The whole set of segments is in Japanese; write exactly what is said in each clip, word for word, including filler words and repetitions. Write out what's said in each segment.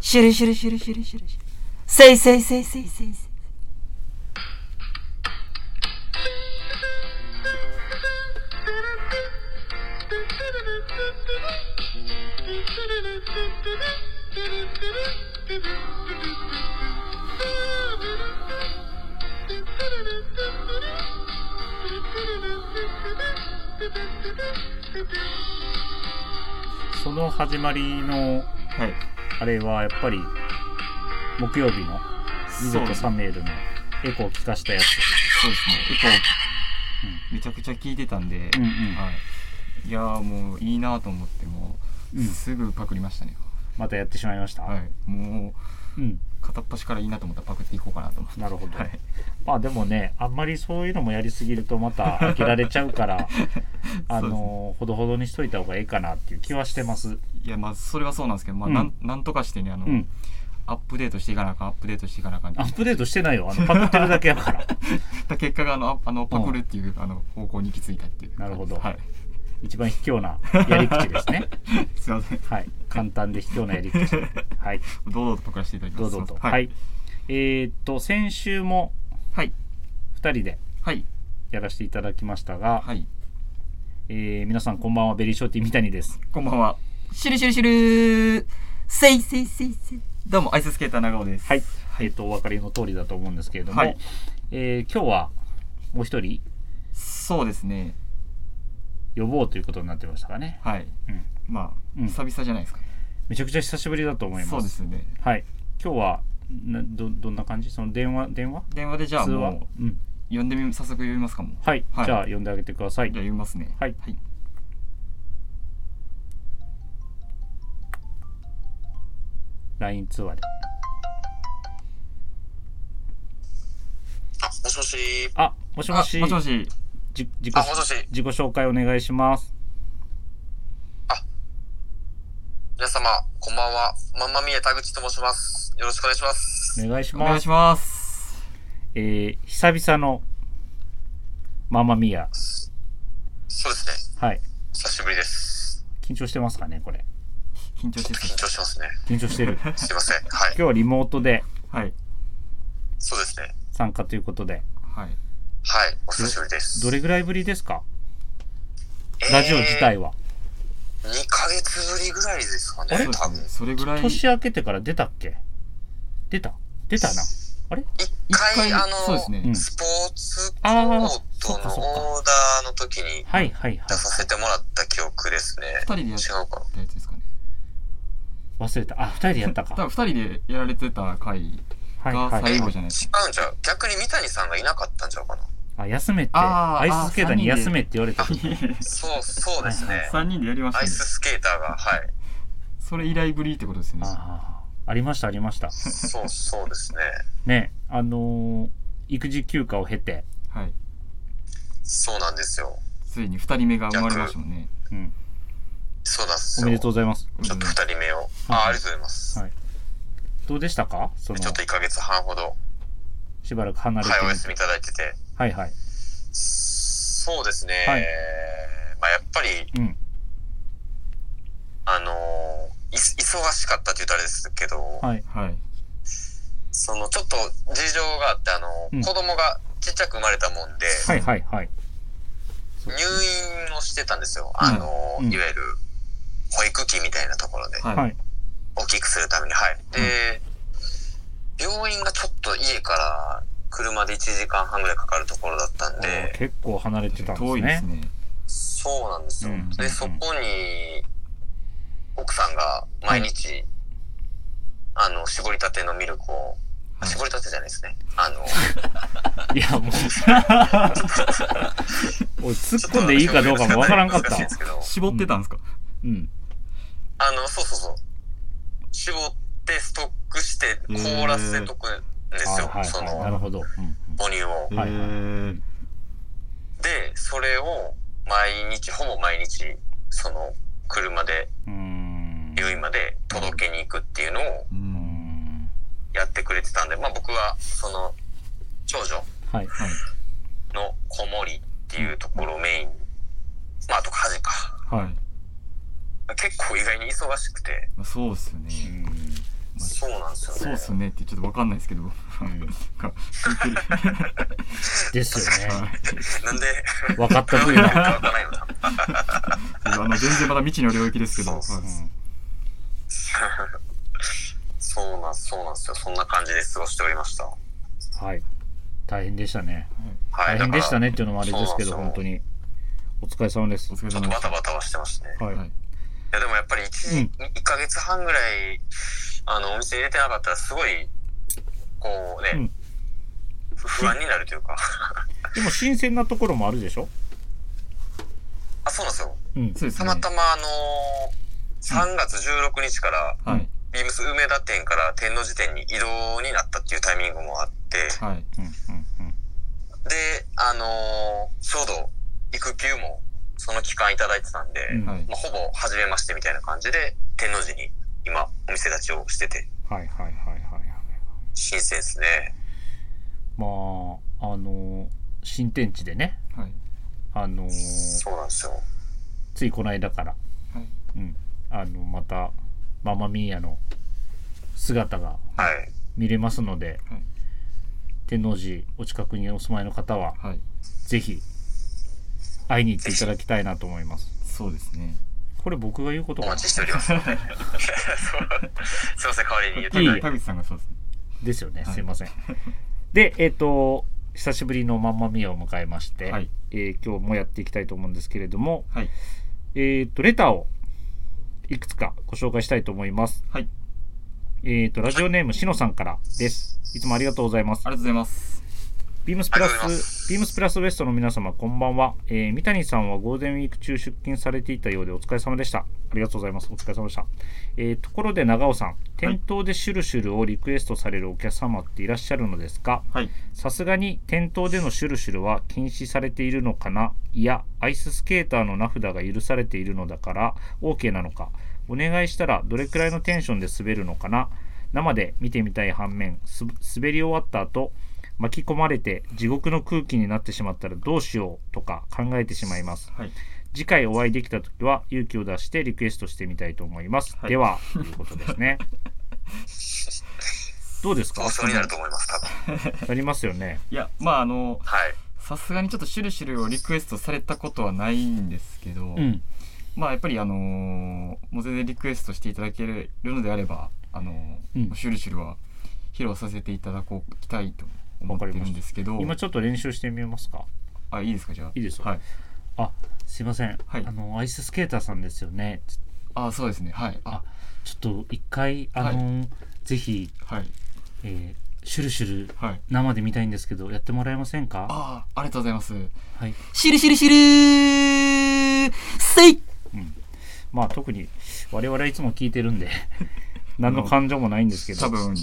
シュルシュルシュルシュルシュルシュルせいせいせいせいせいせいその始まりの、はい、あれはやっぱり木曜日のリゾとサメールのエコーを聞かしたやつ。 そうですね、エコー、うん、めちゃくちゃ聞いてたんで、うんうん、はい、いやーもういいなと思ってもう、うん、すぐパクりましたね。 またやってしまいました。 はい、もう、うん、片っ端からいいなと思ったらパクっていこうかなと思って。 なるほど、はい、まあでもね、あんまりそういうのもやりすぎるとまた飽きられちゃうからあのー、ほどほどにしといた方がいいかなっていう気はしてます。 いや、まあそれはそうなんですけど、まあ、うん、なん、なんとかしてね、あの、うん、アップデートしていかなあかんアップデートしていかなあかんアップデートしてないよ、あのパクってるだけやから結果があのあのパクるっていう、うん、あの方向に行き着いたっていう。 なるほど、はい、一番卑怯なやり口ですねすいません、 はい、簡単で卑怯なやり口はい、 堂々とパクらせていただきます。 どうぞと、はい、はい、えー、っと先週もふたりでやらせていただきましたが、はい、えー、皆さんこんばんは、ベリーショーティー三谷です。 こんばんは、 シュルシュルシュルせいせいせいせい。 どうもアイススケーター長尾です。 はい、はい、えー、っとお分かりの通りだと思うんですけれども、はい、えー、今日はもう一人、 そうですね、 呼ぼうということになってましたかね。 はい、うん、まあ、うん、久々じゃないですか。 めちゃくちゃ久しぶりだと思います。 そうですね。 はい、今日はな ど, どんな感じ？その電話電話電話でじゃあもう、うん、呼んでみ早速呼びますかも。 はい、はい、じゃあ呼んであげてください。 じゃあ呼びますね。 はい、はい、ライン 通話で。 あ、もしもし。 あ、もしもし。 もしもし。 じ自己あ、もしもし。自己紹介お願いします。 あ、皆様こんばんは。マンマミヤ田口と申します。よろしくお願いします。 お願いします。 お願いします。 えー、久々のマンマミヤ。 そうですね。 はい。 久しぶりです。 緊張してますかね、これ。 緊張して緊張してますね。 緊張してる。 すいません。はい。 今日はリモートで。 はい。 そうですね。 参加ということで。 はい。はい。お久しぶりです。 どれぐらいぶりですか？えー、ラジオ自体は。 にかげつぶりぐらいですかね。 あれ？ 多分。 それぐらい。 年明けてから出たっけ？出た？出たな。あれ？ 一回、あの、 そうですね、 スポーツコートのオーダーの時に出させてもらった記憶ですね。 ふたりでやったやつですかね。 忘れた。あ、ふたりでやったか。 多分ふたりでやられてた回が最後じゃないですか。 違うんじゃう。逆に三谷さんがいなかったんちゃうかな。 あ、休めって。アイススケーターに休めって言われた。そう、 そうですね。 さんにんでやりましたね。 アイススケーターが、はい。 それ以来ぶりってことですね。 あありましたありました。 そうそうですね。 ね、あのー、育児休暇を経て、 はい。 そうなんですよ。 ついにふたりめが生まれましたもんね。 うん。 そうなんですよ。 おめでとうございます。 ちょっとふたりめを、あ、ありがとうございます。 はい。どうでしたか？そのちょっといっかげつはんほどしばらく離れて、 はい、お休みいただいてて、 はいはい。 そうですね。 はい、 まあやっぱり、 うん、 あのー。い忙しかったって言うとあれですけど、 はいはい、 そのちょっと事情があって、あの、うん、子供がちっちゃく生まれたもんで、 はいはいはい、 入院をしてたんですよ。あの、うん、いわゆる保育器みたいなところで、はい、大きくするために、はい。で、うん、病院がちょっと家から車でいちじかんはんぐらいかかるところだったんで、 結構離れてたんですね。遠いですね。 そうなんですよ。うん、で、そこに奥さんが毎日、はい、あの絞りたてのミルクを、はい、絞りたてじゃないですね。あのいやもうおい突っ込んでいいかどうかもわからんかった。 絞ってたんですか？ うん。 あのそうそうそう。絞ってストックして凍らせとくんですよ。 はい、 そのなるほど。 母乳を。 はいはい。 でそれを毎日ほぼ毎日その車で病院まで届けに行くっていうのをやってくれてたんで、まあ僕はその長女の子守っていうところをメイン、まああと家事か、 はい、 結構意外に忙しくて、 そうっすよね。 そうなんですよね。 そうっすねってちょっと分かんないですけど、うん、 ですよね。 なんで分かったふうなあの全然まだ未知の領域ですけど、 そうそうそう、うん、そうなんそうなんですよ。そんな感じで過ごしておりました。 はい、大変でしたね、 はい、 大変でしたねっていうのもあれですけど、本当にお疲れ様です。 ちょっとバタバタはしてましたね。 はい、いやでもやっぱり 1, うん、いっかげつはんぐらいあのお店入れてなかったらすごいこうね、うん、不安になるというかでも新鮮なところもあるでしょ。 あ、そうなんですよ、 うん、 たまたまあのー、さんがつじゅうろくにちから、うん、ビームス梅田店から天王寺店に移動になったっていうタイミングもあって、 はい、うんうんうん、であのー、ちょうど育休もその期間いただいてたんで、うん、まあ、ほぼ初めましてみたいな感じで天王寺に今お店立ちをしてて、 はいはいはいはいはい、 新鮮ですね。 まああの新天地でね、 はい、 あのそうなんですよ。 ついこの間から、 はい、 うん、あのまたママミーヤの姿が見れますので、 はい、 天王寺お近くにお住まいの方は、 はい、 ぜひ会いに行っていただきたいなと思います。 そうですね。 これ僕が言うことかな。 お待ちしております。すいません、代わりに言っていただいて。 田口さんがそうですね。 ですよね、 はい、 すいません。で、えっと久しぶりのマンマミーヤを迎えまして、 はい、 えー、今日もやっていきたいと思うんですけれども、 はい、 えっとレターをいくつかご紹介したいと思います。 はい、 えっとラジオネームしのさんからです。いつもありがとうございます。 ありがとうございます。 ビームスプラスビームスプラスウエストの皆様こんばんは、えー、三谷さんはゴールデンウィーク中出勤されていたようでお疲れ様でした。ありがとうございます。お疲れ様でした。えー、ところで長尾さん、店頭でシュルシュルをリクエストされるお客様っていらっしゃるのですか？さすがに店頭でのシュルシュルは禁止されているのかな、いやアイススケーターの名札が許されているのだから OK なのか、お願いしたらどれくらいのテンションで滑るのかな。生で見てみたい反面、滑り終わった後巻き込まれて地獄の空気になってしまったらどうしようとか考えてしまいます、 はい、 次回お会いできたときは勇気を出してリクエストしてみたいと思います、はい、ではということですねどうですか？ そうになると思います多分なりますよね。 いやまああのはいさすがにちょっとシュルシュルをリクエストされたことはないんですけど、 うん、 まあやっぱりあのー、もう全然リクエストしていただけるのであればあのーうん、シュルシュルは披露させていただこうきたいと思ってるんですけど、 今ちょっと練習してみますか？ あ、いいですか？じゃあいいですよ、 はい、 あ、すいません、 はい、 あのアイススケーターさんですよね。 あ、そうですね、はい、 あ、ちょっと一回あのーはい、ぜひ、 はい、 えー、シュルシュル、はい、生で見たいんですけどやってもらえませんか？ あ、ありがとうございます、 はい、 シュルシュルシュルせい、 うん、まあ特に我々はいつも聞いてるんで何の感情もないんですけど多分、はい、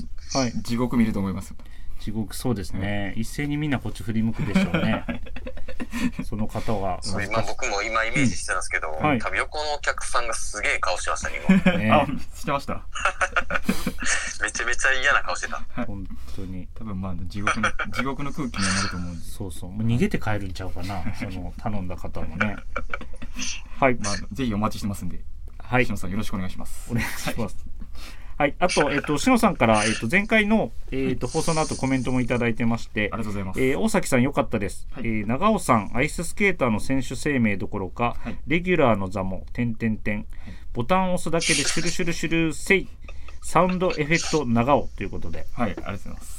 地獄見ると思います。 地獄、そうですね、うん、一斉にみんなこっち振り向くでしょうねその方はそう、今僕も今イメージしてたんですけど、うん、はい、多分横のお客さんがすげえ顔してましたね今ね、あ、してましためちゃめちゃ嫌な顔してた本当に多分まあ地獄の地獄の空気になると思うんでそうそう、もう逃げて帰るんちゃうかなその頼んだ方もねはい、 まあ、ぜひお待ちしてますんで、 はい、 篠さんよろしくお願いします。 お願いします、はい、あと、えっと、篠さんから、えっと、前回の、えっと、放送の後コメントもいただいてまして、 ありがとうございます。 えー、大崎さんよかったです、 はい、 えー、長尾さんアイススケーターの選手生命どころか、はい、レギュラーの座も点々点、ボタンを押すだけでシュルシュルシュルせいサウンドエフェクト長尾ということで、 はい、ありがとうございます。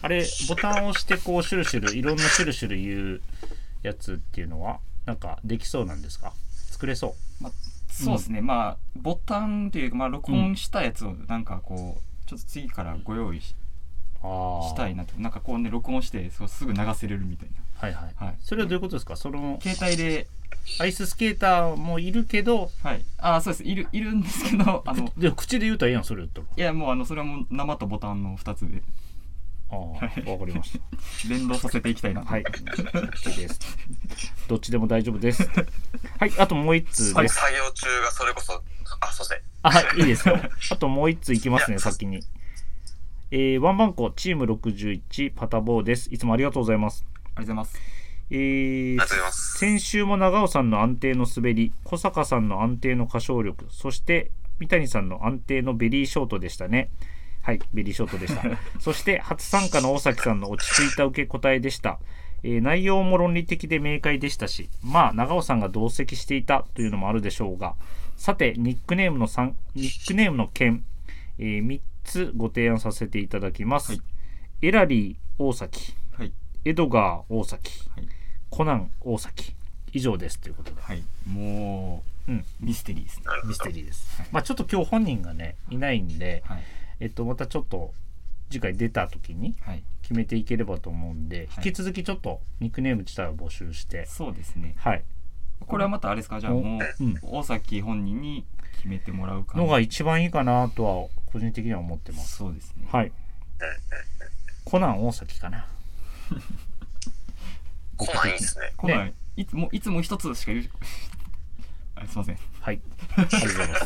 あれボタンを押してこうシュルシュルいろんなシュルシュル言うやつっていうのはなんかできそうなんですか？作れそう、 まそうですね、うん、まあボタンっていうか、まあ、録音したやつをなんかこうちょっと次からご用意 し,、うん、したいなと、なんかこうね録音してそうすぐ流せれるみたいな。 はいはい、はい、それはどういうことですか？その携帯でアイススケーターもいるけど、 はい、あ、そうです、いるいるんですけど、あので口で言うたらいいやん、それ言ったら。 いやもうあのそれはもう生とボタンのふたつで、 ああ、わかりました連動させていきたいな。 はい、ですどっちでも大丈夫ですはい、あともう一通です。 作業中がそれこそ、あ、そうですね。 あ、はい、いいですよあともう一通いきますね、先に。えー、ワンバンコチームろくじゅういちパタボーです。いつもありがとうございます。 ありがとうございます。 えー、先週も長尾さんの安定の滑り、小坂さんの安定の歌唱力、そして三谷さんの安定のベリーショートでしたね。 はい、ベリーショートでしたそして初参加の大崎さんの落ち着いた受け答えでした。えー、内容も論理的で明快でしたし、まあ長尾さんが同席していたというのもあるでしょうが、さてニックネームのさんニックネームの件、えー、みっつご提案させていただきます。はい、エラリー大崎、はい、エドガー大崎、はい、コナン大崎、以上ですということで、はい、 もう、うん、ミステリーですね。 ミステリーです。はい、まあちょっと今日本人がねいないんで、はい、えっとまたちょっと次回出た時に決めていければと思うんで、はい、引き続きちょっとニックネーム自体を募集して、 そうですね。 はい。 これはまたあれですか、じゃあもう、うん、大崎本人に決めてもらうかのが一番いいかなとは個人的には思ってます。 そうですね。 はい。コナン大崎かな。 コナンいいですね。 コナン、ね、いつもいつも一つしか言うあ、すいません。 はい。ありがとうございます。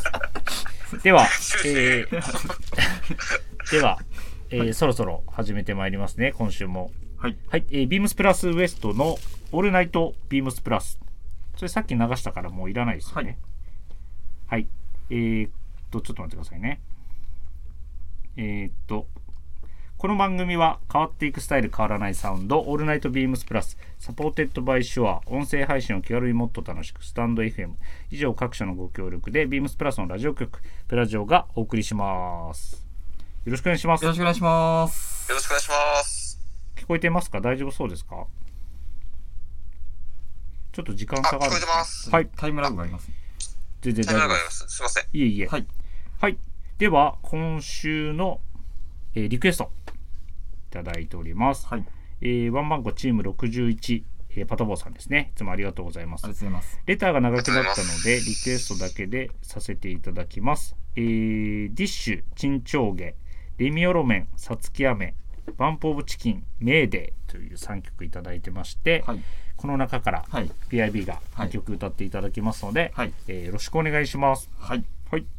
では、えー、では、えー、そろそろ始めてまいりますね、今週も。はい。はい、えー、ビームスプラスウエストのオールナイトビームスプラス。それさっき流したからもういらないですよね。はい。はい、えー、っと、ちょっと待ってくださいね。えー、っと、この番組は変わっていくスタイル変わらないサウンドオールナイトビームスプラスサポーテッドバイシュア音声配信を気軽にもっと楽しくスタンド エフエム 以上各社のご協力でビームスプラスのラジオ局プラジオがお送りします。よろしくお願いします。 よろしくお願いします。 よろしくお願いします。 聞こえてますか？大丈夫そうですか？ちょっと時間差がある。 あ、聞こえてます。 はい。 タイムラグがあります。 全然大丈夫です。タイムラグがあります。すいません。 いえいえ。 はい。 はい。では今週の、えー、リクエストいただいております。はい。えー、ワンバンコチームろくじゅういち、えー、パタボーさんですね。いつもありがとうございます。 ありがとうございます。 レターが長くなったのでリクエストだけでさせていただきます。えー、ディッシュ、チンチョウゲ、レミオロメン、サツキアメ、バンプオブチキン、メーデーというさんきょくいただいてまして、はい、この中から ピーアイビー がいっきょく歌っていただきますので、はい、えー、よろしくお願いします。 はい。 はい。い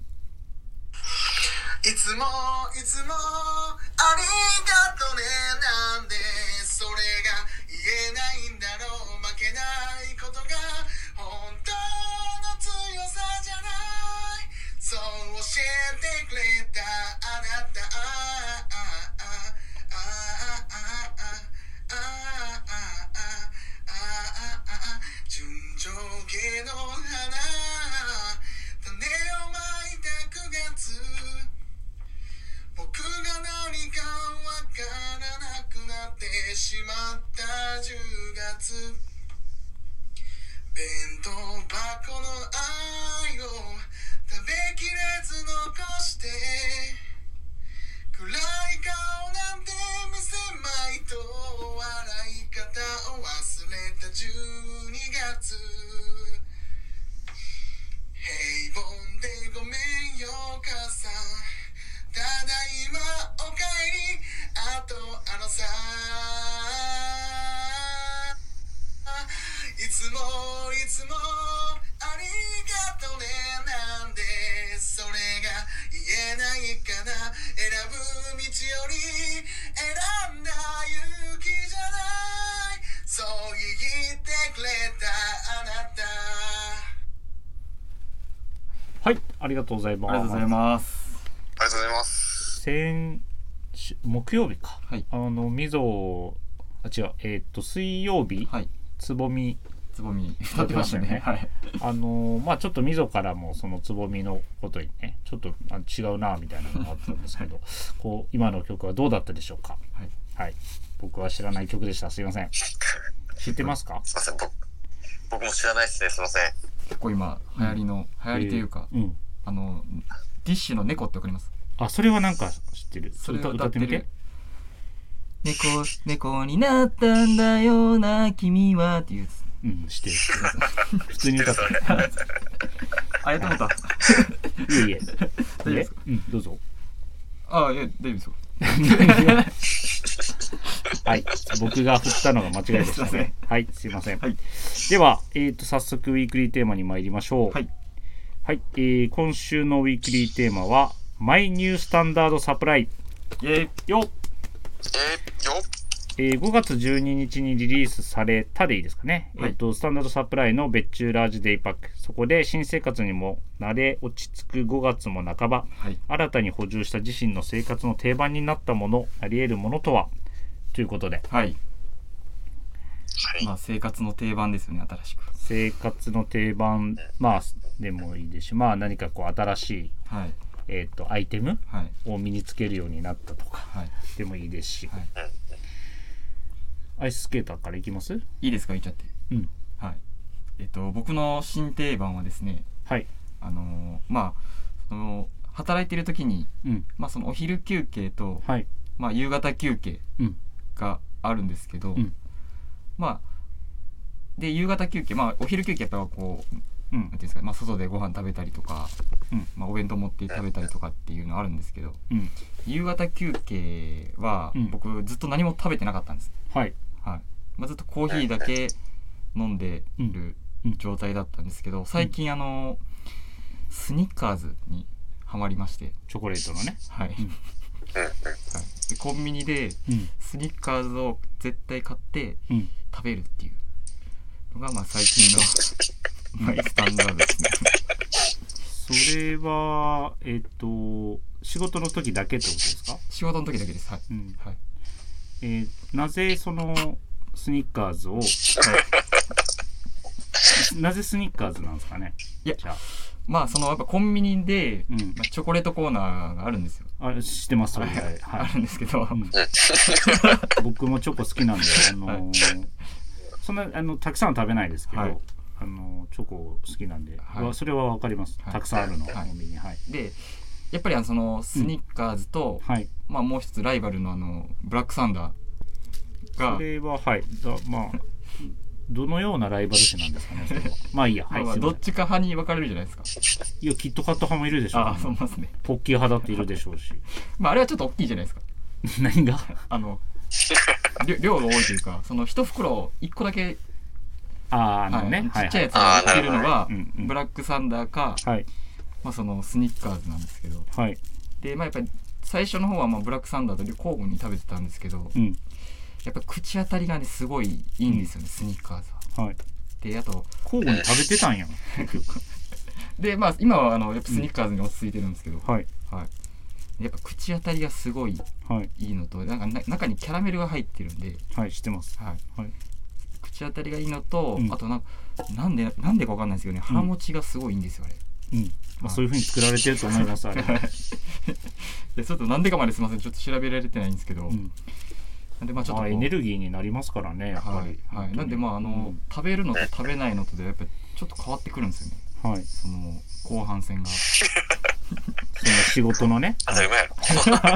つもいつもありがとねなんでそれが言えないんだろう負けないことが本当の強さじゃないそう教えてくれたあなたああああああああ純情系の花種をまいたくがつ僕が何かわからなくなってしまったじゅうがつ弁当箱の愛を食べきれず残して暗い顔なんて見せまいと笑い方を忘れたじゅうにがつ平凡でごめんよ母さんただいまおかえりあとあのさいつもいつもありがとねなんでそれが言えないかな選ぶ道より選んだ勇気じゃないそう言ってくれたあなた。 はい、ありがとうございます。 ありがとうございます。 ありがとうございます。 先木曜日か、はい、あのみぞあ違うえー、っと水曜日、はい、つぼみつぼみ歌ってましたね。はい。 あのまあちょっとみぞからもそのつぼみのことにねちょっとあ違うなみたいなのがあったんですけど、こう今の曲はどうだったでしょうか。はい。はい。僕は知らない曲でした。すいません。知ってますか？ すいません。僕僕も知らないですね。すいません。 結構今流行りの、うん、流行りというか、えーうん、あのディッシュの猫ってわかります？ あ、それはなんか知ってる。 それを歌ってみて。猫猫になったんだよな君はっていうやつ。 うん、知ってる。普通に歌ってる。 あ、やってもった。 いえいえ。大丈夫ですか？うん、どうぞ。 あ、いや大丈夫ですよ。はい、僕が振ったのが間違いでしたね。はい、すいません。はい、では、えーと、早速ウィークリーテーマに参りましょう。はい。はい、えー、今週のウィークリーテーマはマイニュースタンダードサプライ。 イェイよっ。 えー、よっ。 えー、ごがつじゅうににちにリリースされたでいいですかね、 はい、 えーとスタンダードサプライの別注ラージデイパック、そこで新生活にも慣れ落ち着くごがつも半ば、 はい、 新たに補充した自身の生活の定番になったもの、あり得るものとはということで、 はい、 はい、 まあ生活の定番ですよね。新しく生活の定番、まあでもいいですし、まあ何かこう新しい、 はい、 えーとアイテムはいを身につけるようになったとか、 はい、 でもいいですし、 はい、 アイススケーターからいきます？ いいですか、言っちゃって。 うん。 はい。えっと僕の新定番はですね、 はい。 あのー、まあその働いてる時に、 うん、 まあそのお昼休憩と、 はい、 まあ夕方休憩があるんですけど、 うん、 まあで夕方休憩、まあお昼休憩やっぱこう、 うん、 なんていうんですか、まあ外でご飯食べたりとか、 うん、 まあお弁当持って食べたりとかっていうのあるんですけど、 うん、 夕方休憩は僕ずっと何も食べてなかったんです。 はい。 はい。まあ、ずっとコーヒーだけ飲んでる状態だったんですけど、最近あのスニッカーズにハマりまして、 チョコレートのね、 はい、うん、はい、でコンビニでスニッカーズを絶対買って食べるっていうのがまあ最近のマイスタンダードですね。 それはえっ、ー、と仕事の時だけってことですか？ 仕事の時だけです。はい、うん、はい。 えー、なぜそのスニッカーズを、はい、なぜスニッカーズなんですかね？ いや、じゃあまあそのやっぱコンビニで、 うん、 まあ、チョコレートコーナーがあるんですよ。 あ、知ってます。はい、はい、 あるんですけど、うん、 僕もチョコ好きなんで、あのーはい、そんなあのたくさんは食べないですけど、はい、あのチョコ好きなんで、はい、それはわかります。たくさんあるの、コンビニ、はい。 で、やっぱりあのそのスニッカーズと、うん、はい、まあもう一つライバルのあのブラックサンダーが、 それははい、だまあどのようなライバル視なんですかね。それはまあいいや、はい。 まあどっちか派に分かれるじゃないですか。 いや、キットカット派もいるでしょう、ね。 あ、そうですね。 ポッキー派だっているでしょうし。 まああれはちょっと大きいじゃないですか。 何が？ あの量が多いというか、その一袋一個だけ、 ああ、あのね、 はい、ちっちゃいやつが売ってるのがブラックサンダーか、はい、まあそのスニッカーズなんですけど、はい、でまあやっぱり最初の方はまあブラックサンダーと交互に食べてたんですけど、うん、やっぱ口当たりがねすごいいいんですよね、うん、スニッカーズは。はい、であと交互に食べてたんやん。 でまあ今はあのやっぱスニッカーズに落ち着いてるんですけど、 うん、はいはい、やっぱ口当たりがすごいいいのと、なんかな中にキャラメルが入ってるんで、 はい、知ってます。はい、はい、 口当たりがいいのと、うん、あとなんかなんでなんでかわかんないですけどね、腹持ちがすごいいいんですよあれ。 うん、まあ、そういう風に作られてると思います。あれ。 でちょっとなんでかまですみません、ちょっと調べられてないんですけど、うん、 なんでまあちょっとエネルギーになりますからね、やっぱり。 はいはい、なんでまああの、うん、食べるのと食べないのとでやっぱりちょっと変わってくるんですよね。はい。その後半戦が。その仕事のね。 当たり前やろ。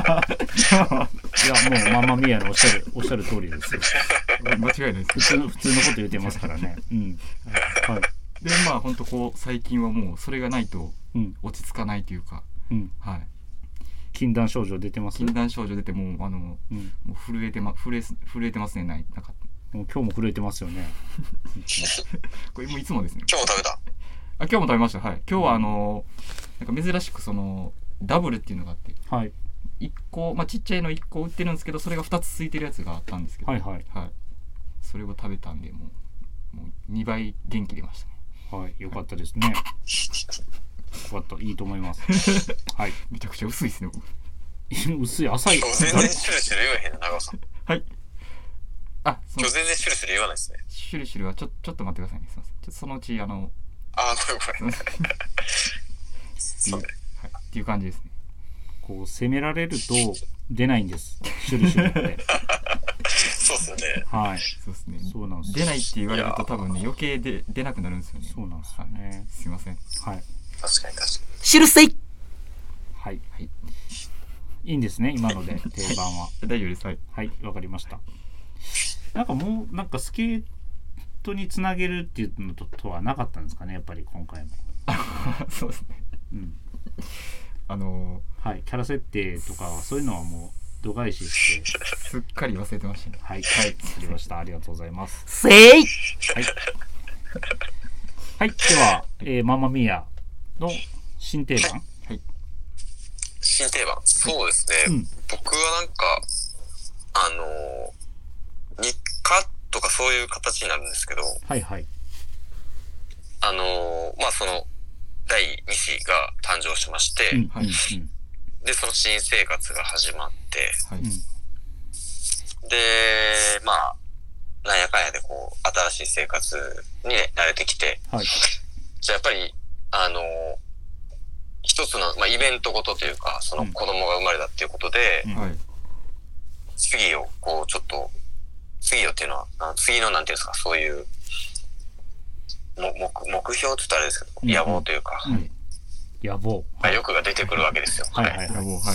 いやもうママミヤのおっしゃるおっしゃる通りですよ。 間違いないです。 普通の普通のこと言ってますからね。うん。 はい。でまあ本当こう最近はもうそれがないと落ち着かないというか、うん、はい。 禁断症状出てます？ 禁断症状出てもうあの、うん、もう震えてま震え震えてますね。ないなんかもう今日も震えてますよね。 これもういつもですね。 今日も食べた？ あ今日も食べました。はい。今日はあのなんか珍しくそのダブルっていうのがあって、はい。いっこまあちっちゃいのいっこ売ってるんですけど、それがふたつついてるやつがあったんですけど、はいはいはい。それを食べたんでもうもうにばい元気出ましたね。 はい、よかったですね。よかった、いいと思います。はい。 めちゃくちゃ薄いですね。 薄い、浅い。 今日全然シュルシュル言わへんな、長尾さん。 はい。あ、 今日全然シュルシュル言わないですね。 シュルシュルはちょちょっと待ってくださいね。すみません。ちょっとそのうちあの。 あ、ごめんごめん。 そうね。はい。っていう感じですね。 こう攻められると出ないんです。シュルシュルって。 そうですよね。 はい。そうですね。 そうなんです。 出ないって言われると多分ね余計で出なくなるんですよね。 そうなんですよね。 はい、すいません。 はい。 確かに確かに。 シルセイ。 はい。はい。いいんですね今ので定番は。 大丈夫です。はい。 はい、わかりました。なんかもうなんかスケートにつなげるっていうの と, とはなかったんですかねやっぱり今回も。 そうですね。うん。あのー、はいキャラ設定とかはそういうのはもう。度外視してすっかり忘れてましたね。 はいはい、作りました。ありがとうございます。 せい。はい。 はい、では、えー、ママミヤの新定番。はい。 新定番、そうですね。うん、僕はなんかあのー、 とかそういう形になるんですけど、 はいはい。 あのー、まあそのだいに子が誕生しまして、うんはいうん、でその新生活が始まって、はい、でまあなんやかんやでこう新しい生活に、ね、慣れてきて、はい、じゃあやっぱりあのー、一つの、まあ、イベントごとというかその子供が生まれたっていうことで、うんはい、次をこうちょっと次をっていうのは次のなんていうんですかそういう目, 目標って言ったらあれですけど、うん、野望というか、うん、 野望、 はい、欲が出てくるわけですよ。 はいはいはい、野望はい。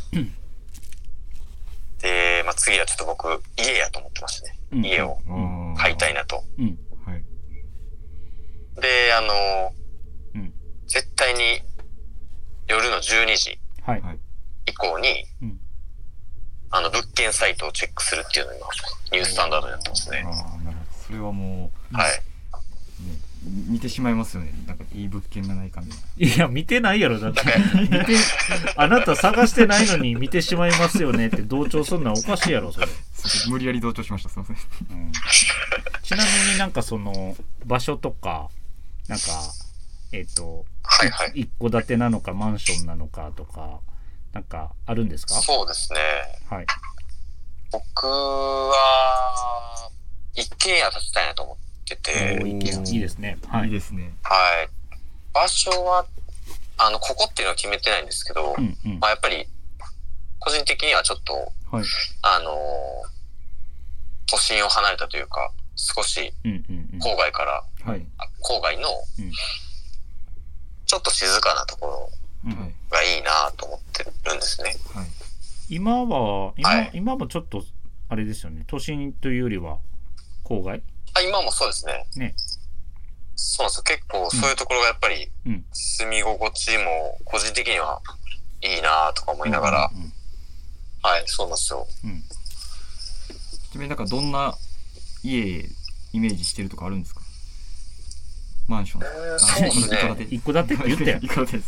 で、まあ、次はちょっと僕家やと思ってましたね。うん、家を買いたいなと。うん、はい、で、あの、うん、絶対に夜のじゅうにじ以降に、はい、あの物件サイトをチェックするっていうのを今ニュースタンダードになってますね。 ああ、なるほど。それはもう、はい。 見てしまいますよね。なんかいい物件がないかみたいな。 いや見てないやろだって見てあなた探してないのに見てしまいますよねって同調するのはおかしいやろそれ。 無理やり同調しました。すいません。うん、 ちなみになんかその場所とかなんかえっ、ー、と、 はいはい、 一戸建てなのかマンションなのかとかなんかあるんですか？ そうですね。はい。僕は一軒家建てたいなと思って。てていいですね。 はい。いいですね。 はい。場所はあのここっていうのは決めてないんですけど、うんうん、まあやっぱり個人的にはちょっと、はい、あの都心を離れたというか少し郊外から、うんうんうん、郊外の、うん、ちょっと静かなところがいいなと思ってるんですね。はい、 今は今、はい、今もちょっとあれですよね。都心というよりは郊外？ あ、今もそうですね。ね。そうなんですよ。結構そういうところがやっぱり、うん、住み心地も個人的にはいいなとか思いながら、うんうんうん、はい、そうなんですよ。うん、 ちなみになんかどんな家イメージしてるとかあるんですか？マンション。 えー、そうですね。 一戸建てって言ったよ。 一戸建てです。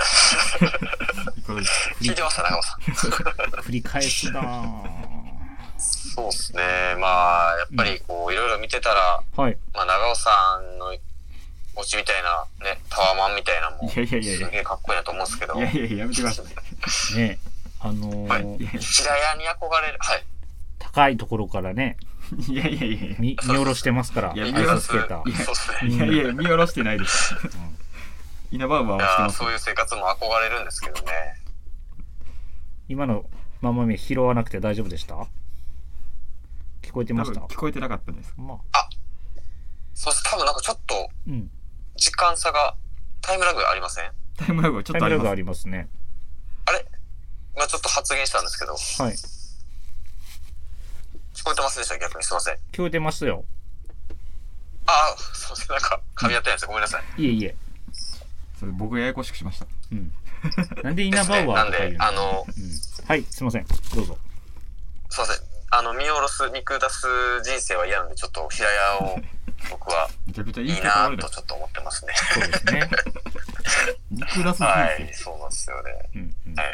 聞いてました、長尾さん。繰り返すなぁ。 そうですね。まあやっぱりこういろいろ見てたら、うんはい、まあ長尾さんのお家みたいなねタワーマンみたいなのもすげえかっこいいなと思うんですけど。 いやいやいややめてください。 ねあのー、はい、 平屋に憧れるはい高いところからね。 いやいやいや見見下ろしてますから。 いやアイススケーター。 いやそうですね。 いやいや見下ろしてないです。うん、稲葉はしてます。 そういう生活も憧れるんですけどね。 今のまま目拾わなくて大丈夫でした？聞こえてました？ 聞こえてなかったです。 まあ、あ、そうです。多分なんかちょっと時間差が、うん、タイムラグありません？ タイムラグはちょっとあります。タイムラグありますね。 あれ？今ちょっと発言したんですけど。はい。聞こえてますでした？逆にすいません。 聞こえてますよ。 あ、すいません。なんか噛み合ってないです。ごめんなさい。 いえいえ。 それ僕がややこしくしました。うん。 なんでイナバウアーとか言うの？ ね、なんであの、 うん、はいすいませんどうぞ。 すいません。あの見下ろす見下す人生は嫌なんでちょっと平屋を僕はいいなとちょっと思ってますね。 そうですね。 見下す人生。 はい、そうなんですよね。うんうん、はい。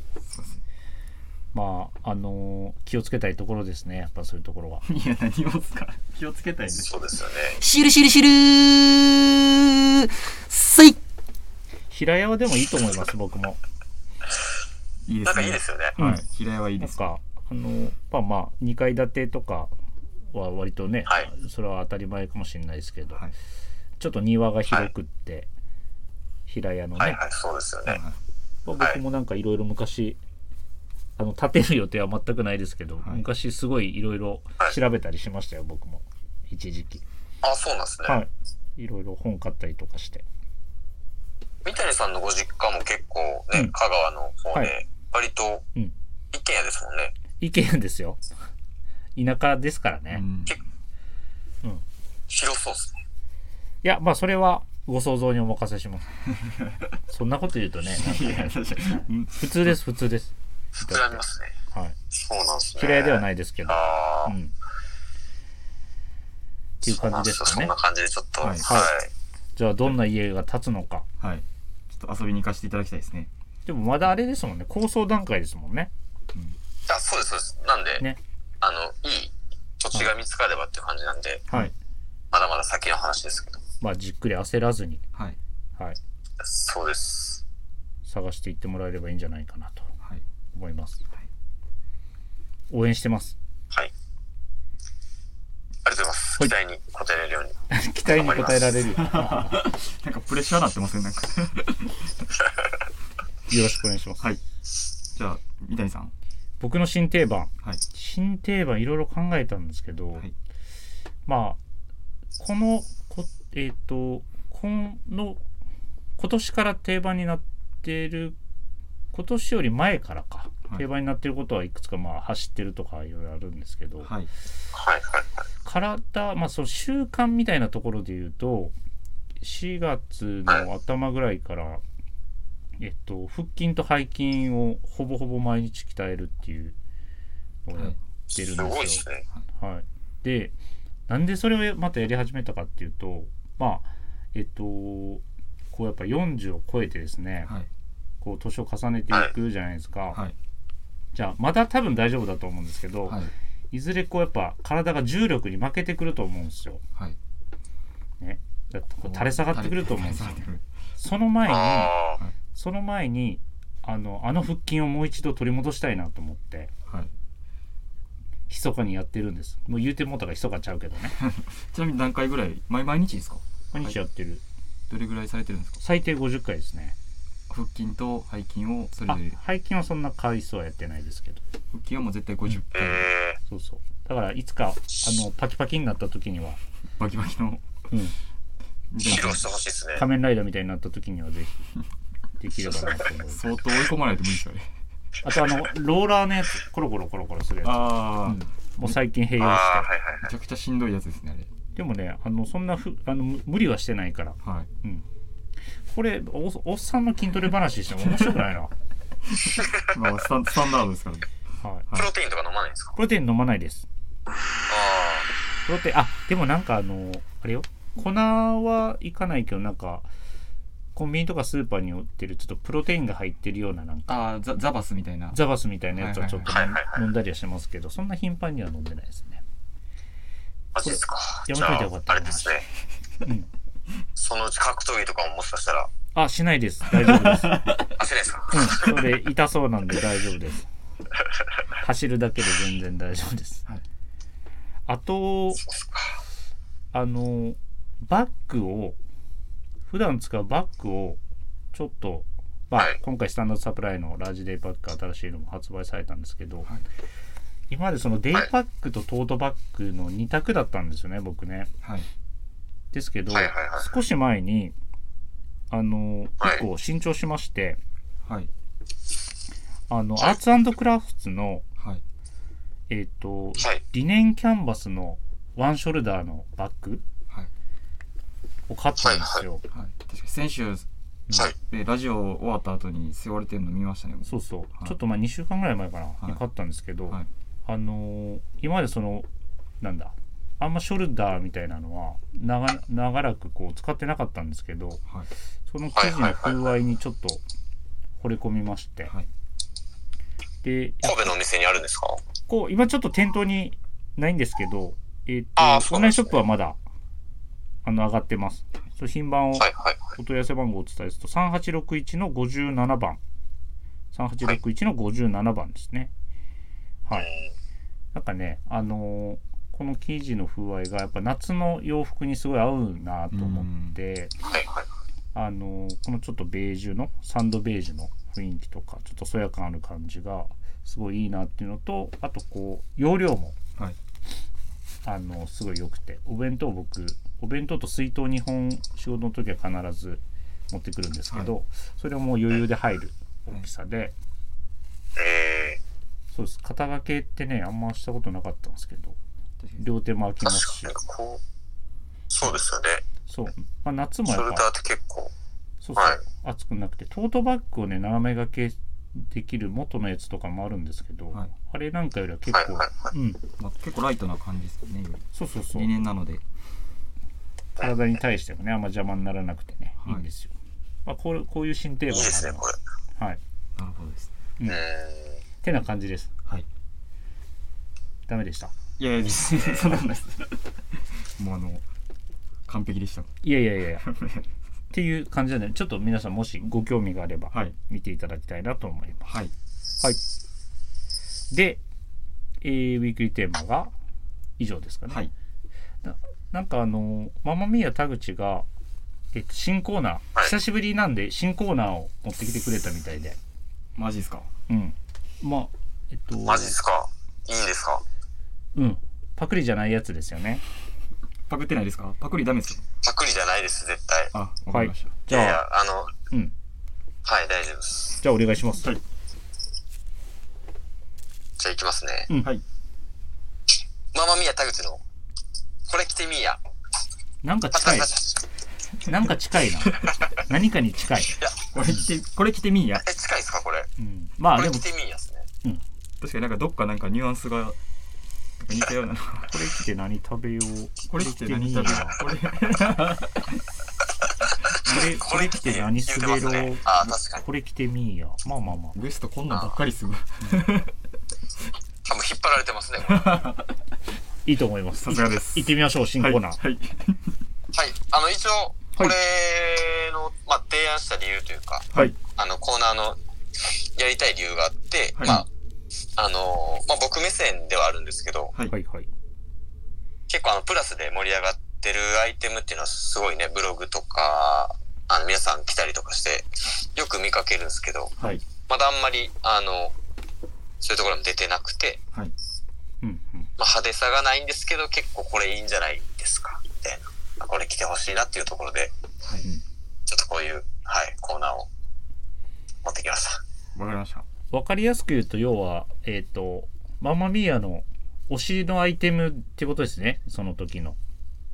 まああのー、気をつけたいところですね。やっぱそういうところは。 いや何をですか。気をつけたいです。 そうですよね。 しるしるしるーせい。 平屋はでもいいと思います僕も。 いいですね。 なんかいいですよね。 はい。平屋はいいです。 なんかあのまあまあにかい建てとかは割とね、はい、それは当たり前かもしれないですけど、はい、ちょっと庭が広くって、はい、平屋のね、 はいはい、そうですよね。 まあ、僕もなんかいろいろ昔あの建てる予定は全くないですけど、はい、昔すごいいろいろ調べたりしましたよ、はい、僕も一時期。 あ、そうなんですね。 はい。いろいろ本買ったりとかして。 三谷さんのご実家も結構ね、うん、香川の方で、はい、割と一軒家ですもんね。 一軒家ですよ。田舎ですからね。うん。 うん、広そうですね。 いや、まあそれはご想像にお任せします。そんなこと言うとね、なんかね普通です普通です。 普通ありますね。はい。そうなんですね。 嫌いではないですけど。ああ。うん。っていう感じですかね。 そんな感じでちょっと。はい。はい、 じゃあどんな家が建つのか。 はい。ちょっと遊びに行かせていただきたいですね。 でもまだあれですもんね。構想段階ですもんね。 うん、あ、そうですそうです。なんで、ね、あのいい土地が見つかればっていう感じなんで、 はい、 まだまだ先の話ですけど。 まあじっくり焦らずに、 はい。 はい。 そうです。 探していってもらえればいいんじゃないかなと思います。はい、応援してます。 はい。ありがとうございます。はい、期待に応えられるように。 期待に応えられるように。 なんかプレッシャーなってますね、なんか。よろしくお願いします。 はい。じゃあ、三谷さん。 僕の新定番。 はい、 新定番いろいろ考えたんですけど、はい、まあ、この、こえっ、ー、と、この、今年から定番になってる、今年より前からか、はい、定番になってることはいくつかまあ走ってるとかいろいろあるんですけど、 はい、 体、まあその習慣みたいなところで言うと、しがつの頭ぐらいから、えっと、腹筋と背筋をほぼほぼ毎日鍛えるっていうのをやってるんですよ。 はい、すごいですね。 はい。で、なんでそれをまたやり始めたかっていうと、まあ、えっと、こうやっぱよんじゅうを超えてですね、はい、こう年を重ねていくじゃないですか。 はい、 じゃあ、まだ多分大丈夫だと思うんですけど、はい、いずれこうやっぱ体が重力に負けてくると思うんですよ。 はい、 ね。だってこう垂れ下がってくると思うんですよ。その前に、その前に、あの、あの腹筋をもう一度取り戻したいなと思って、 はい、 密かにやってるんです。もう言うてもうたら密かちゃうけどね。 ちなみに何回ぐらい、毎毎日ですか？ 毎日やってる、はい。 どれぐらいされてるんですか？ 最低ごじゅっかいですね。 腹筋と背筋をそれで。 背筋はそんな回数はやってないですけど。 腹筋はもう絶対ごじゅっかい。うん、 そうそう。だからいつかあのパキパキになった時には。 バキバキの。 うん。 披露してほしいですね。 仮面ライダーみたいになった時にはぜひできればなと思う。 相当追い込まないと無理ですよね。 あとあのローラーのやつコロコロコロコロするやつ。 ああ、うん。 もう最近併用して、 はいはいはい、 めちゃくちゃしんどいやつですねあれ。 でもね、あのそんなふあの無理はしてないから、 はい、 うん、これ お, おっさんの筋トレ話しても面白くないな。 まあスタン、スタンダードですからね。 はい、 プロテインとか飲まないんですか？ プロテイン飲まないです。 あプロテイン、あ、でもなんかあのあれよ、粉はいかないけど、なんかコンビニとかスーパーに売ってるちょっとプロテインが入ってるような、なんかあザザバスみたいなザバスみたいなやつはちょっと、 はいはいはい、 飲んだりはしますけど、そんな頻繁には飲んでないですね。 マジですか？ やめといてよかった。 あれですね。うん、そのうち格闘技とかももしかしたら。 あ、しないです。大丈夫です。 あ、しないですか？ うん、それ痛そうなんで大丈夫です。走るだけで全然大丈夫です。はい、あと、あのバッグを普段使うバッグをちょっと、まあ、はい、今回スタンダードサプライのラージデイパック新しいのも発売されたんですけど、はい、今までそのデイパックとトートバッグのに択だったんですよね、僕ね。 はい、 ですけど、 はいはいはい、 少し前にあの結構新調しまして、 はい、 あのアーツ&クラフツの、 はい、 えっと、 はい、 リネンキャンバスのワンショルダーのバッグを買ったんですよ。 はいはいはい、確かに先週、はい、ラジオ終わった後に背負われてるの見ましたね。 そうそう、はい、ちょっとまあにしゅうかんぐらい前かな、はい、に買ったんですけど、はい、あのー、今までそのなんだあんまショルダーみたいなのは長長らくこう使ってなかったんですけど、はい、その生地の風合いにちょっと惚れ込みまして、はい、で神戸のお店にあるんですか？ こう今ちょっと店頭にないんですけど、えー、とオンラインショップはまだあの上がってます。その品番を、お問い合わせ番号をお伝えするとさんはちろくいちのごじゅうななばんさんはちろくいちのごじゅうななばんですね。はい、なんかね、あのー、この生地の風合いがやっぱ夏の洋服にすごい合うなと思って、あのー、このちょっとベージュのサンドベージュの雰囲気とかちょっとそや感ある感じがすごいいいなっていうのと、あとこう容量も、はい、あのすごい良くて、お弁当僕お弁当と水筒にほん仕事の時は必ず持ってくるんですけど、はい、それをもう余裕で入る大きさで、はい、そうです。肩掛けってねあんましたことなかったんですけど、両手も開きますし、 こうそうですよね。 そう、まあ、夏もやっぱショルダーって結構そうそう、はい、熱くなくて、トートバッグをね斜め掛けできる元のやつとかもあるんですけど、はい、あれなんかよりは結構、はいはいはい、うん、 まあ、結構ライトな感じですよね。 そうそうそう、 リネンなので体に対してもねあんま邪魔にならなくてね、はい、いいんですよ。まあ、こう、こういう新定番があります。 いいですねこれ。 はい。 なるほどです。 うん。ってな感じです。 はい。 ダメでした？ いやいやそんなことないですもうあの完璧でした。 いやいやいやいやっていう感じなので、ちょっと皆さんもしご興味があれば見ていただきたいなと思います。はい、はい、で、えー、ウィークリーテーマが以上ですかね。はい、な, なんかあのママミーヤ田口が、えっと、新コーナー、はい、久しぶりなんで新コーナーを持ってきてくれたみたいで。 マジですか？ うん。まあえっとマジですか？いいんですか？ うん。パクリじゃないやつですよね。 パクってないですか？パクリダメですか？ パクリじゃないです、絶対。 あ、わかりました。はい、 じゃあ、いやいやあの、 うん。 はい、大丈夫です。 じゃあお願いします。はい。 じゃあいきますね。 うん。はい。 ママミヤ田口のこれ着てみーや。 なんか近い。なんか近いな。何かに近い。いや、 これ着て、これ着てみーや。 え、近いですかこれ？ うん。まあでも。 これ着てみーやですね。 うん。 確かになんかどっかなんかニュアンスが似たような。これ着て何食べよう。 これ着て何食べよう。これ。 これ着て何滑ろう、 ね、あ確かにこれ着てみーや。まあまあまあウエストこんなんばっかりすぐ多分引っ張られてますねいいと思います。 さすがです。 行ってみましょう、新コーナー。 はい、はい、 はい、あの一応これの、まあ、提案した理由というか、 はい、 あのコーナーのやりたい理由があって、はい、まああのまあ、僕目線ではあるんですけど、 はいはい、 結構あのプラスで盛り上がってるアイテムっていうのはすごいね、ブログとかあの皆さん来たりとかしてよく見かけるんですけど、 はい、まだあんまりあのそういうところも出てなくて、 はい、うんうん、 まあ、派手さがないんですけど結構これいいんじゃないですかみたいな、これ来てほしいなっていうところで、はい、ちょっとこういう、はい、コーナーを持ってきました。 わかりました。 わかりやすく言うと、要はえっとママミーヤの推しのアイテムってことですね、その時の。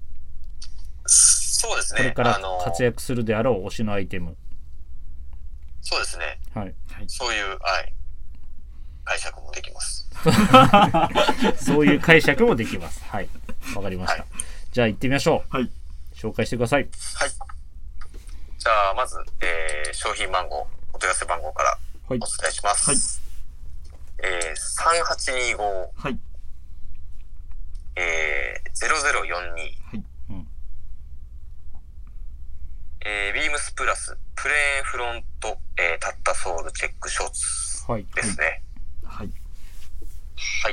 そうですね。 これから活躍するであろう推しのアイテム。 そうですね。 はい。 そういう、はい、解釈もできます。 そういう解釈もできます。はい。わかりました。はい、じゃあ行ってみましょう。はい。 紹介してください。 はい。じゃあまず、えー、商品番号、お問い合わせ番号からお伝えします。 はい。 えー、さんはちにご、 はい。 えー、ゼロゼロよんに、 はい。うん。 えー、ビームスプラスプレーンフロント、えー、タッタソールチェックショーツですね。 はい。はい。 はい。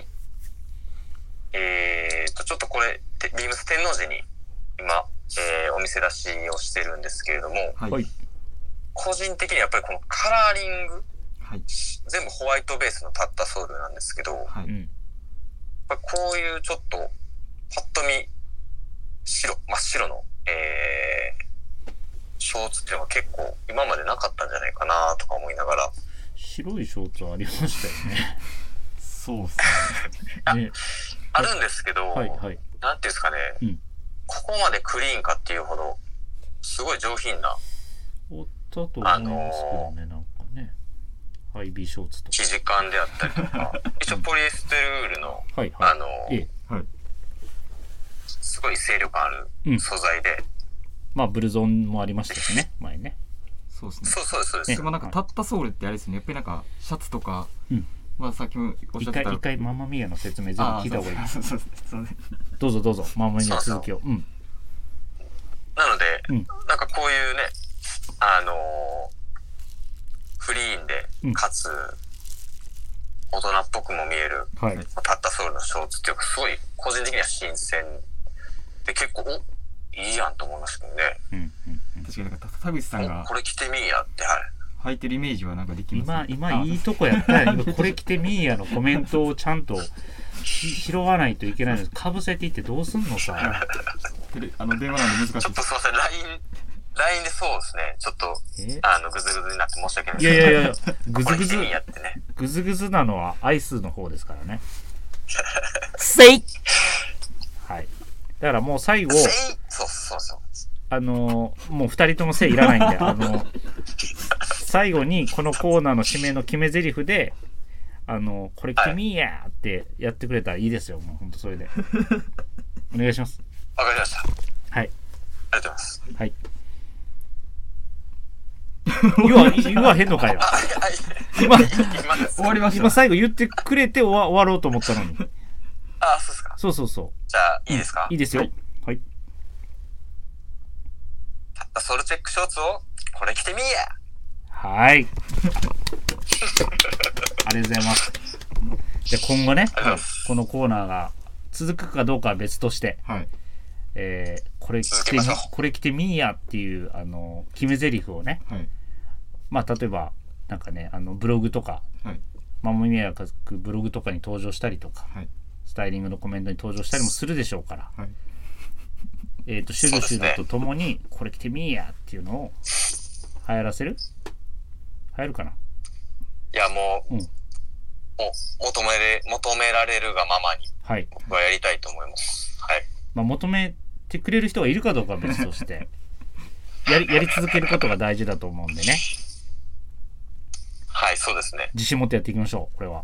えーと、ちょっとこれ、ビームス天王寺に今、えー、お店出しをしてるんですけれども、 はい。 個人的にやっぱりこのカラーリング、 はい、 全部ホワイトベースのタッタソールなんですけど、 はい、 やっぱこういうちょっとパッと見白、真っ白の、えー、ショーツっていうのが結構今までなかったんじゃないかなとか思いながら。 白いショーツはありましたよね。 そうっすね。 ねあるんですけど、 はいはい、 なんていうんですかね、 うん、 ここまでクリーンかっていうほどすごい上品なおったと思いますけどね、あのー、なんかね、ハイビーショーツとか生地感であったりとか一応ポリエステルールの、 はいはい、 あのーええ、はい、 すごい清涼感ある素材で、うん、 まあブルゾンもありましたしね、前ね。 そうですね。 そうそうですそうです。 でもなんかタッタソールってあれですね、やっぱりなんかシャツとか、 うん、 まあさっきもおっしゃってた一回一回ママミーヤの説明全部聞いた方がいい。 そうそうそうそうどうぞどうぞ、ママミーヤ続きを。うん。 なので、 うん、 なんかこういうね、あのー、クリーンで、 うん、 かつ大人っぽくも見える、 はい、 タッタソールのショーツっていうかすごい個人的には新鮮で結構おいいやんと思いましたけどね。 うんうんうん、 確かになんか田口さんがこれ着てみーやって、はい、 履いてるイメージはなんかできます、 ね、今今いいとこやったら今これ着てみーやのコメントをちゃんと拾わないといけないので、かぶせていってどうすんのさ。 あの電話なんで難しい。 ちょっとすいません、ライン ライン でそうですね、ちょっとあのグズグズになって申し訳ないです。 いやいやいや、グズグズ、 やってね、 グズグズなのはアイスの方ですからね。せい。はい。だからもう最後、 せい、そうそうそう。 あのもうふたりともせいいらないんで、あの最後にこのコーナーの締めの決め台詞で、あのこれ君やーってやってくれたらいいですよ、もう本当それで。お願いします。 わかりました。 はい。 ありがとうございます。 はい。言わ言わへんのかよ。今終わりました。今最後言ってくれて終わ終わろうと思ったのに。 あ、そうですか。 そうそうそう。 じゃあ、いいですか、 うん、いいですよ。はい。はい、 たったソルチェックショーツを、これ着てみーや。 はい。ありがとうございます。で、今後ね、このコーナーが続くかどうかは別として、はい、えー、これ着てみ、これ着てみーやっていう、あの、決め台詞をね、はい、まあ、例えば、なんかね、あの、ブログとか、はい、ママミヤが書くブログとかに登場したりとか、はい、スタイリングのコメントに登場したりもするでしょうから、はい、えっと、シュルシュルとともに、これ着てみーやっていうのを流行らせる？流行るかな？ いや、もう、うん、もう求めれ、求められるがままに、はい、僕はやりたいと思います。はい。 まあ、求めてくれる人がいるかどうかは別として、やり、やり続けることが大事だと思うんでね。 はい、そうですね。 自信持ってやっていきましょう、これは。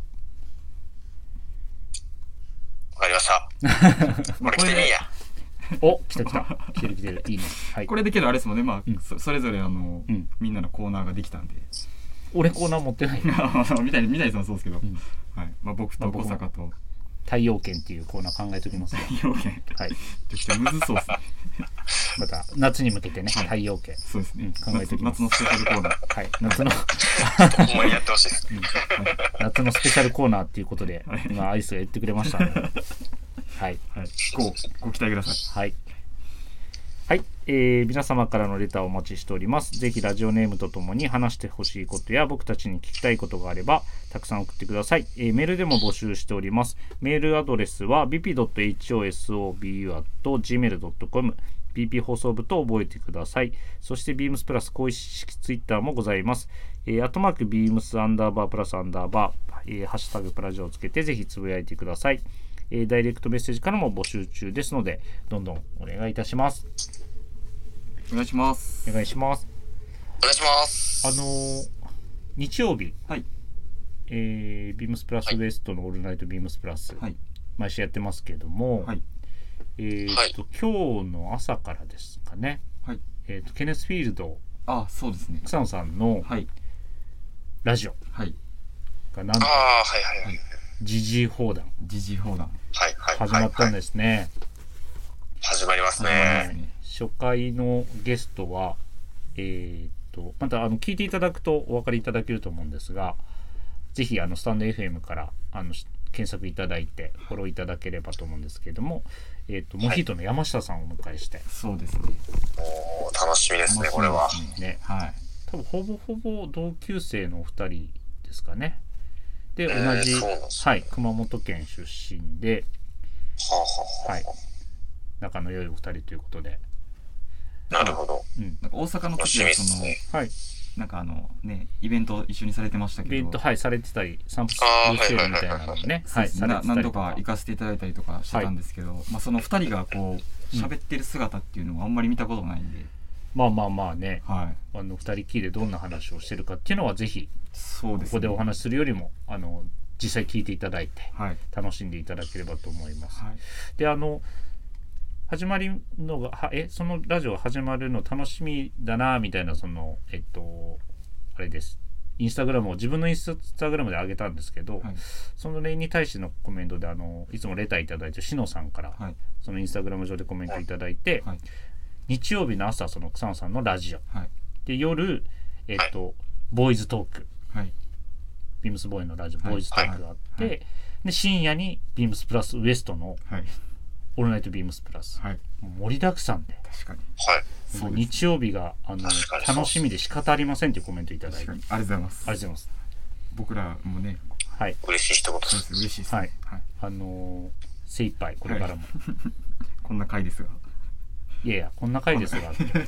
わかりました。これ着てみーや。 お、来た来た。来てる来てる。いいね。 はい。これでけどあれですもんね。まあ、うん、そ, それぞれあの、うん、みんなのコーナーができたんで。 俺コーナー持ってない。 みたいに、みたいさんそうですけど。うん、はい。まあ、僕と小坂と。 太陽圏っていうコーナー考えておきます、ね。 太陽圏。 はい。 ちょっとむずそうですね。 また夏に向けてね、はい、太陽圏。 そうですね。 うん、考えておきます。 夏のスペシャルコーナー。 はい。夏の。 ほんまにやってほしいです、 うんはい。夏のスペシャルコーナーっていうことで、はい、今アイスが言ってくれましたので。はい。 はい。ご、ご期待ください。 はい。はい、えー、皆様からのレターをお待ちしております。ぜひラジオネームとともに話してほしいことや僕たちに聞きたいことがあればたくさん送ってください。えー、メールでも募集しております。メールアドレスは ビピドットエイチオーエスオービーユー アットジーメールドットコム ビーピー 放送部と覚えてください。そして ビームス プラス公式ツイッターもございます。えー、アットマーク ビームス アンダーバープラスアンダーバー、えー、ハッシュタグプラジオをつけてぜひつぶやいてください。えー、ダイレクトメッセージからも募集中ですのでどんどんお願いいたします。 お願いします。 お願いします。 お願いします。 あのー、日曜日、 はい、 えー、ビームスプラスウエストのオールナイトビームスプラス、はい、毎週やってますけども、はい、えーと、はい、今日の朝からですかね、はい、えーと、ケネスフィールド、 あ、そうですね。 草野さんのラジオがなんと、時事放談、 時事放談始まったんですね。 始まりますね。 初回のゲストは、えー、とまたあの聞いていただくとお分かりいただけると思うんですが、ぜひあのスタンド エフエム からあの検索いただいてフォローいただければと思うんですけれども、えー、とモヒートの山下さんをお迎えして、はい、 そうですね。 おー、楽しみですね、これは。 ね、はい。多分ほぼほぼ同級生のお二人ですかね。で、同じ、えーはい、熊本県出身で、 はあはあはあ、はい、 仲の良いお二人ということで。 なるほど。 うん、なんか大阪の時はその、ね、はい、なんかあのねイベント一緒にされてましたけど、 イベントはいされてたり、サンプスセールみたいなのね、はい、されてたりとか、 何度か行かせていただいたりとかしてたんですけど、はい、まあその二人がこう喋ってる姿っていうのはあんまり見たことないんで、うん、 まあまあまあね、はい、あの二人きりでどんな話をしてるかっていうのはぜひそうですね、 ここでお話しするよりもあの実際聞いていただいて、はい、楽しんでいただければと思います。はい、であの始まりのがはえそのラジオ始まるの楽しみだなみたいな、そのえっとあれです、インスタグラムを自分のインスタグラムで上げたんですけど、はい、その例に対してのコメントであのいつもレターいただいてしのさんから、はい、そのインスタグラム上でコメントいただいて、はい、日曜日の朝その草野さんのラジオ、はい、で夜えっと、はい、ボーイズトーク、はい、ビームスボーイのラジオ、ボーイズトークがあって、はい、で深夜にビームスプラスウエストの、はい、オールナイトビームスプラス、はい、盛りだくさんで、 確かに、 はい、 そう日曜日があの楽しみで仕方ありませんというコメントいただいて、ありがとうございます。 ありがとうございます。 僕らもね、 はい、 嬉しい一言です。 嬉しいです、ね、 はい、はい、あのー、精一杯これからも、はい、 こんな回ですが、 いやいやこんな回ですが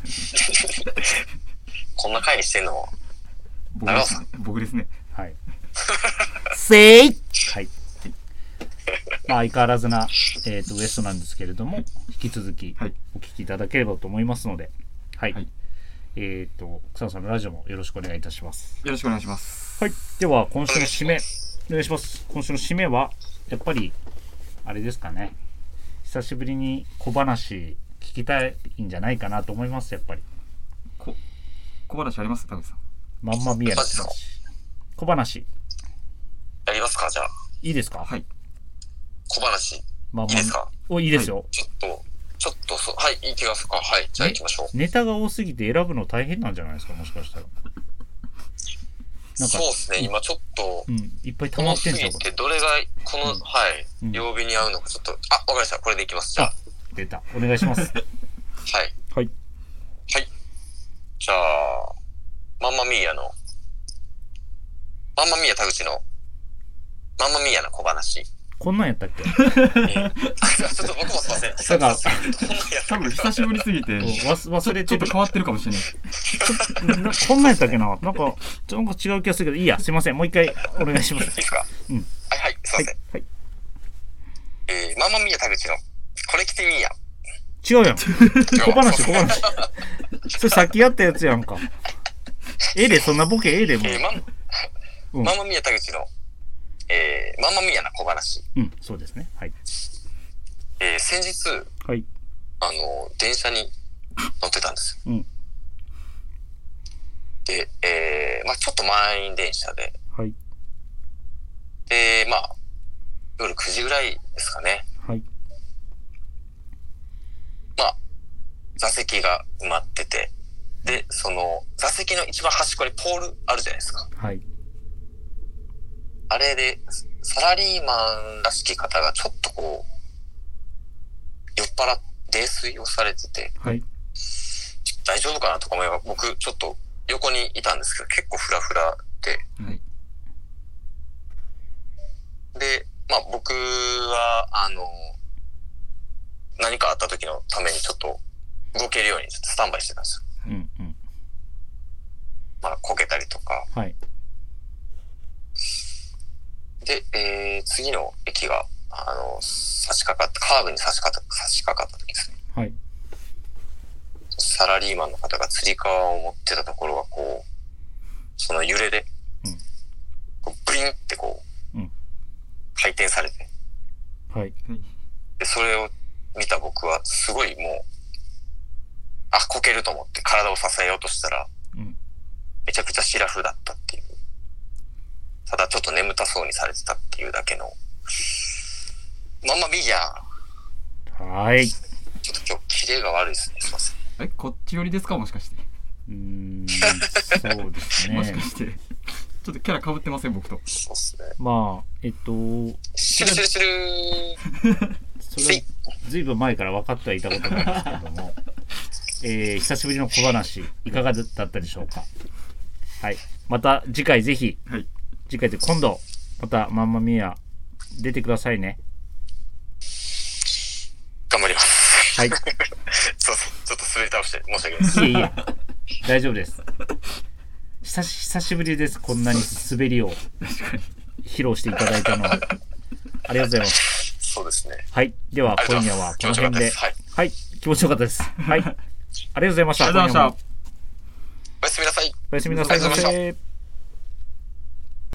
こんな回にしてんの僕ですね。僕ですね。 はい。せいはい。まあ相変わらずな、えー、とウエストなんですけれども、引き続きお聞きいただければと思いますので、はい。はい、えっ、ー、と草野さんのラジオもよろしくお願いいたします。 よろしくお願いします。 はい。では今週の締めお願いします。今週の締めはやっぱりあれですかね。久しぶりに小話聞きたいんじゃないかなと思います。やっぱり。 こ小話あります田口さん。 まんま見えます。小話やりますか、じゃあ。 いいですか。 はい。 小話まあまあ、 いいですか？ お、いいですよ。 ちょっと、ちょっとそう、はい、行きますか。はい、じゃあ行きましょう。 ネタが多すぎて選ぶの大変なんじゃないですか、もしかしたら。 なんかそうですね、今ちょっと、 うん、いっぱい溜まってんじゃん。 多すぎて、どれが、この、うん、はい、うん、曜日に合うのか、ちょっと、あ、わかりました、これでいきます。じゃあ。 出た。お願いします。はい。 はい。はい。じゃあ、マンマミーヤの、マンマミーヤ田口の、マンマミーヤの小話。 こんなんやったっけ？えー、ちょっと僕もすいません。 だから、多分久しぶりすぎて、 忘れてちょっと変わってるかもしれない。 こんなんやったっけな？なんか、なんか違う気がするけど、いいや、すいません。もう一回お願いします。いいですか？うん。はいはい、すいません。はい。えー、マンマミーヤ田口の、これ着てみーや。 違うやん。小話、小話。それさっきやったやつやんか。ええで、そんなボケええで、もう。えー、まうん、マンマミーヤ田口の、えー、マンマミーヤな小話。 うん、そうですね。はい。 えー、先日、 はい。 あの、電車に乗ってたんです。 うん。 で、えー、まあちょっと満員電車で。 はい。 で、まあ夜くじぐらいですかね。 はい。 まあ、座席が埋まってて、で、その、座席の一番端っこにポールあるじゃないですか。 はい。 あれで、サラリーマンらしき方がちょっとこう、酔っ払って泥酔をされてて、 はい。 大丈夫かなとか思いながら、僕ちょっと横にいたんですけど、結構フラフラで、 はい。 で、まあ僕は、あの、何かあった時のためにちょっと動けるようにちょっとスタンバイしてたんですよ。うんうん。 まあこけたりとか。 はい。 で、えー、次の駅が、あの、差し掛かって、カーブに差し掛かった、差し掛かった時ですね。 はい。 サラリーマンの方がつり革を持ってたところがこう、その揺れで、 うん、 こうブリンってこう、うん、回転されて。 はい。 で、それを見た僕はすごいもう、あ、こけると思って体を支えようとしたら、 うん、 めちゃくちゃシラフだったっていう。ただちょっと眠たそうにされてたっていうだけの。マンマミーヤー。はい。 ちょっと今日キレが悪いですね。すいません。 え、こっち寄りですかもしかして。 うーん、そうですね。 もしかして、ちょっとキャラ被ってません僕と。 そうっすね。 まあ、えっと、 シュルシュルシュルそれずいぶん前から分かってはいたことなんですけども、えー、久しぶりの小話いかがだったでしょうか。はい。また次回ぜひ、 はい、 次回で今度またマンマミーヤ出てくださいね。 頑張ります。 はい。 そうそう、ちょっと滑り倒して申し訳ないです。 いえいえ、大丈夫です。久し、久しぶりです。こんなに滑りを披露していただいたのは。ありがとうございます。 そうですね。 はい。では今夜はこの辺で、 はい、 はい、気持ちよかったです。はい。ありがとうございました。 ありがとうございました。 おやすみなさい。 おやすみなさいませ。